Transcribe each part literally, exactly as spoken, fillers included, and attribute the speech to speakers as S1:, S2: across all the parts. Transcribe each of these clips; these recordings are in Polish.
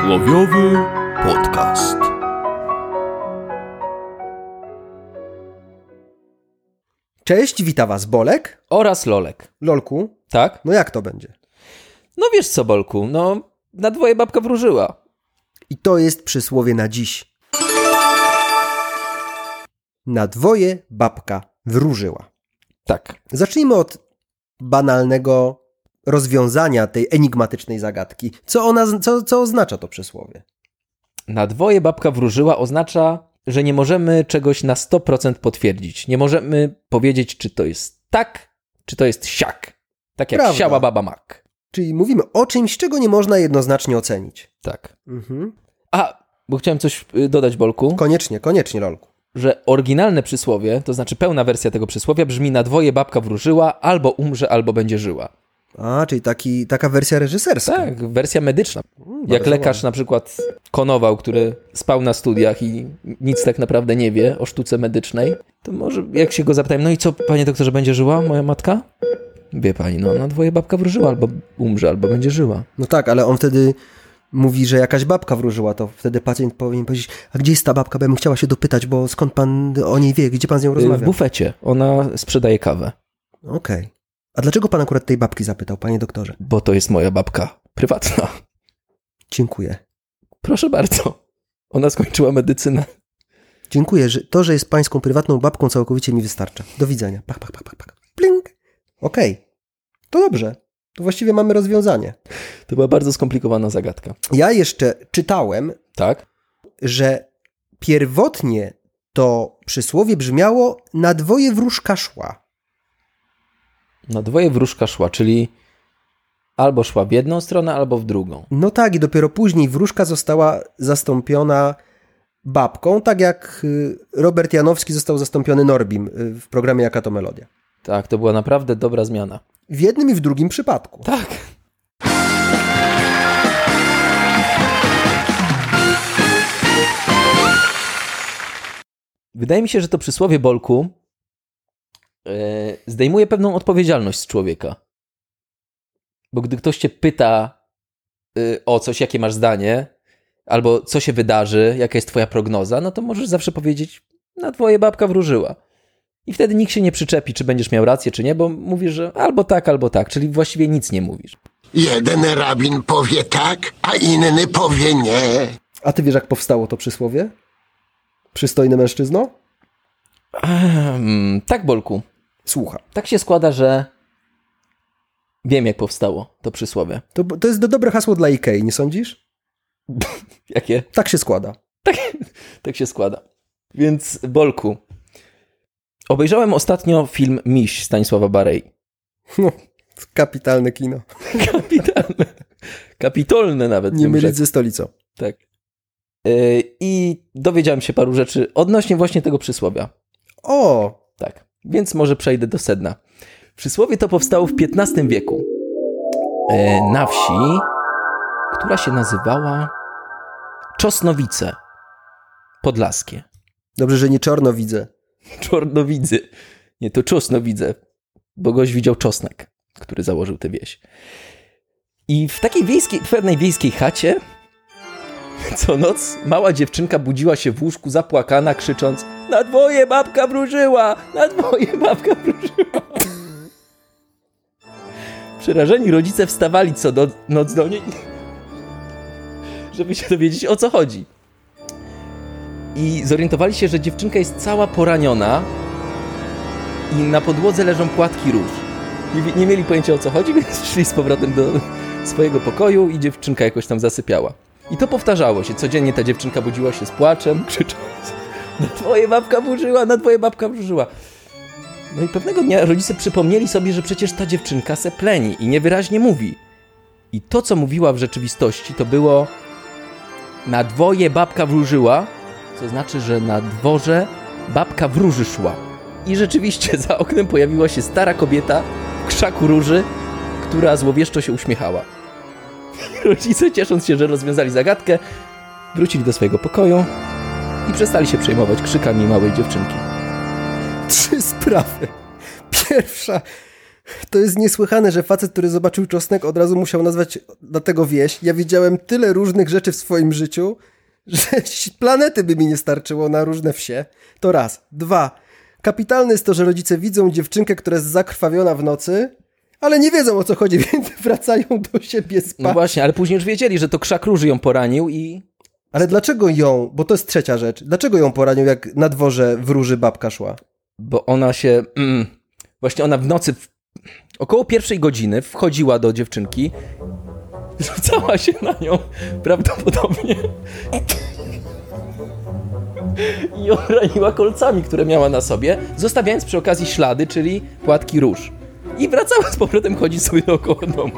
S1: Przysłowiowy podcast.
S2: Cześć, wita was Bolek
S3: oraz Lolek.
S2: Lolku,
S3: Tak?
S2: no jak to będzie?
S3: No wiesz co, Bolku, no na dwoje babka wróżyła.
S2: I to jest przysłowie na dziś. Na dwoje babka wróżyła.
S3: Tak.
S2: Zacznijmy od banalnego rozwiązania tej enigmatycznej zagadki. Co, ona, co, co oznacza to przysłowie?
S3: Na dwoje babka wróżyła oznacza, że nie możemy czegoś na sto procent potwierdzić. Nie możemy powiedzieć, czy to jest tak, czy to jest siak. Tak jak
S2: Prawda.
S3: siała baba mak.
S2: Czyli mówimy o czymś, czego nie można jednoznacznie ocenić.
S3: Tak.
S2: Mhm.
S3: A, bo chciałem coś y, dodać, Bolku,
S2: Koniecznie, koniecznie, Lolku.
S3: że oryginalne przysłowie, to znaczy pełna wersja tego przysłowia brzmi: na dwoje babka wróżyła, albo umrze, albo będzie żyła.
S2: A, czyli taki, taka wersja reżyserska.
S3: Tak, wersja medyczna.
S2: Mm,
S3: Jak
S2: bardzo
S3: lekarz
S2: ładnie.
S3: na przykład Konował, który spał na studiach i nic tak naprawdę nie wie o sztuce medycznej, to może jak się go zapytałem, no i co, panie doktorze, będzie żyła moja matka? Wie pani, no na dwoje babka wróżyła, albo umrze, albo będzie żyła.
S2: No tak, ale on wtedy mówi, że jakaś babka wróżyła, to wtedy pacjent powinien powiedzieć: a gdzie jest ta babka, bo ja bym chciała się dopytać, bo skąd pan o niej wie, gdzie pan z nią
S3: W
S2: rozmawia?
S3: bufecie. Ona sprzedaje kawę,
S2: Okej. A dlaczego pan akurat tej babki zapytał, panie doktorze?
S3: bo to jest moja babka prywatna.
S2: Dziękuję.
S3: Proszę bardzo. Ona skończyła medycynę.
S2: Dziękuję, że to, że jest pańską prywatną babką, całkowicie mi wystarcza. Do widzenia. Pach, pach, pach, pach, pach. Plink. Okej. To dobrze. To właściwie mamy rozwiązanie.
S3: To była bardzo skomplikowana zagadka.
S2: Ja jeszcze czytałem,
S3: Tak?
S2: że pierwotnie to przysłowie brzmiało: na dwoje wróżka szła.
S3: Na dwoje wróżka szła, czyli albo szła w jedną stronę, albo w drugą.
S2: No tak, i dopiero później wróżka została zastąpiona babką, tak jak y, Robert Janowski został zastąpiony Norbim y, w programie Jaka to Melodia.
S3: Tak, to była naprawdę dobra zmiana.
S2: W jednym i w drugim przypadku.
S3: Tak. Wydaje mi się, że to przysłowie, Bolku, yy, zdejmuje pewną odpowiedzialność z człowieka. Bo gdy ktoś cię pyta yy, o coś, jakie masz zdanie, albo co się wydarzy, jaka jest twoja prognoza, no to możesz zawsze powiedzieć: na dwoje babka wróżyła. I wtedy nikt się nie przyczepi, czy będziesz miał rację, czy nie, bo mówisz, że albo tak, albo tak, czyli właściwie nic nie mówisz.
S4: Jeden rabin powie tak, a inny powie nie.
S2: A ty wiesz, jak powstało to przysłowie? Przystojny mężczyzno?
S3: Ehm, tak, Bolku.
S2: Słucha.
S3: Tak się składa, że wiem, jak powstało to przysłowie.
S2: To, to jest dobre hasło dla Ikei, nie sądzisz?
S3: Jakie?
S2: Tak się składa.
S3: Tak, tak się składa. Więc, Bolku, obejrzałem ostatnio film Miś Stanisława Barei.
S2: No, kapitalne kino.
S3: Kapitalne. Kapitolne nawet.
S2: Nie
S3: bym
S2: mylić
S3: rzekł.
S2: ze stolicą.
S3: Tak. Yy, I dowiedziałem się paru rzeczy odnośnie właśnie tego przysłowia.
S2: O!
S3: Tak, więc może przejdę do sedna. Przysłowie to powstało w piętnastym wieku. Yy, na wsi, która się nazywała Czosnowice Podlaskie.
S2: Dobrze, że nie czorno widzę.
S3: Czornowidzy. Nie, to Czosnowice, bo gość widział czosnek, który założył tę wieś. I w takiej wiejskiej, w pewnej wiejskiej chacie co noc mała dziewczynka budziła się w łóżku zapłakana, krzycząc: na dwoje babka wróżyła! Na dwoje babka wróżyła! Przerażeni rodzice wstawali co do, noc do niej, żeby się dowiedzieć, o co chodzi. I zorientowali się, że dziewczynka jest cała poraniona i na podłodze leżą płatki róż. Nie, nie mieli pojęcia, o co chodzi, więc szli z powrotem do swojego pokoju i dziewczynka jakoś tam zasypiała. I to powtarzało się. Codziennie ta dziewczynka budziła się z płaczem, krzycząc: na twoje babka wróżyła, na twoje babka wróżyła. No i pewnego dnia rodzice przypomnieli sobie, że przecież ta dziewczynka se pleni i niewyraźnie mówi. I to, co mówiła w rzeczywistości, to było: na dwoje babka wróżyła, co znaczy, że na dworze babka wróży szła. I rzeczywiście za oknem pojawiła się stara kobieta w krzaku róży, która złowieszczo się uśmiechała. Rodzice, ciesząc się, że rozwiązali zagadkę, wrócili do swojego pokoju i przestali się przejmować krzykami małej dziewczynki.
S2: Trzy sprawy. Pierwsza To jest niesłychane, że facet, który zobaczył czosnek, od razu musiał nazwać dlatego wieś. Ja widziałem tyle różnych rzeczy w swoim życiu, że planety by mi nie starczyło na różne wsie. To raz. Dwa. Kapitalne jest to, że rodzice widzą dziewczynkę, która jest zakrwawiona w nocy, ale nie wiedzą, o co chodzi, więc wracają do siebie spać.
S3: No właśnie, ale później już wiedzieli, że to krzak róży ją poranił i...
S2: Ale dlaczego ją, bo to jest trzecia rzecz, dlaczego ją poranił, jak na dworze w róży babka szła?
S3: Bo ona się... Mm, właśnie ona w nocy, w, około pierwszej godziny wchodziła do dziewczynki, rzucała się na nią prawdopodobnie i ją raniła kolcami, które miała na sobie, zostawiając przy okazji ślady, czyli płatki róż. I wracała z powrotem chodzić sobie dookoła domu.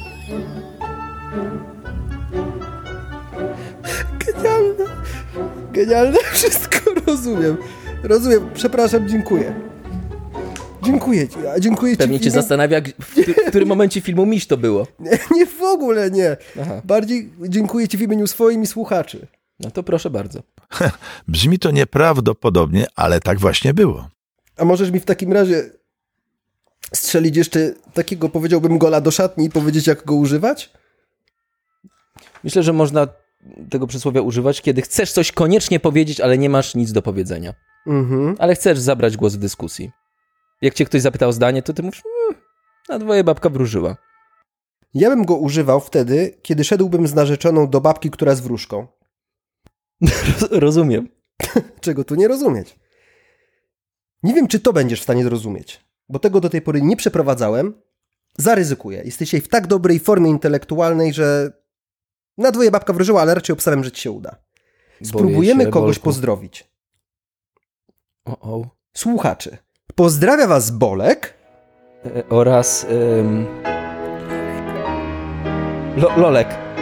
S2: Genialne. Genialne. Wszystko rozumiem. Rozumiem. Przepraszam, dziękuję. Dziękuję ci. A dziękuję ci.
S3: Pewnie cię zastanawia, w, w którym momencie filmu miś to było.
S2: Nie, nie w ogóle nie.
S3: Aha.
S2: Bardziej dziękuję ci w imieniu swoim i słuchaczy.
S3: No to proszę bardzo.
S1: Brzmi to nieprawdopodobnie, ale tak właśnie było.
S2: A możesz mi w takim razie strzelić jeszcze takiego, powiedziałbym, gola do szatni i powiedzieć, jak go używać?
S3: Myślę, że można tego przysłowia używać, kiedy chcesz coś koniecznie powiedzieć, ale nie masz nic do powiedzenia.
S2: Mhm.
S3: Ale chcesz zabrać głos w dyskusji. Jak cię ktoś zapytał o zdanie, to ty mówisz, mmm, na dwoje babka wróżyła.
S2: Ja bym go używał wtedy, kiedy szedłbym z narzeczoną do babki, która jest wróżką.
S3: Rozumiem.
S2: Czego tu nie rozumieć? Nie wiem, czy to będziesz w stanie zrozumieć, bo tego do tej pory nie przeprowadzałem. Zaryzykuję. Jesteś jej w tak dobrej formie intelektualnej, że na dwoje babka wróżyła, ale raczej obstawiam, że ci się uda. Spróbujemy
S3: się,
S2: kogoś
S3: Bolku.
S2: pozdrowić.
S3: O, o.
S2: Słuchaczy. Pozdrawia was Bolek
S3: E, oraz... Ym... Lo, Lolek.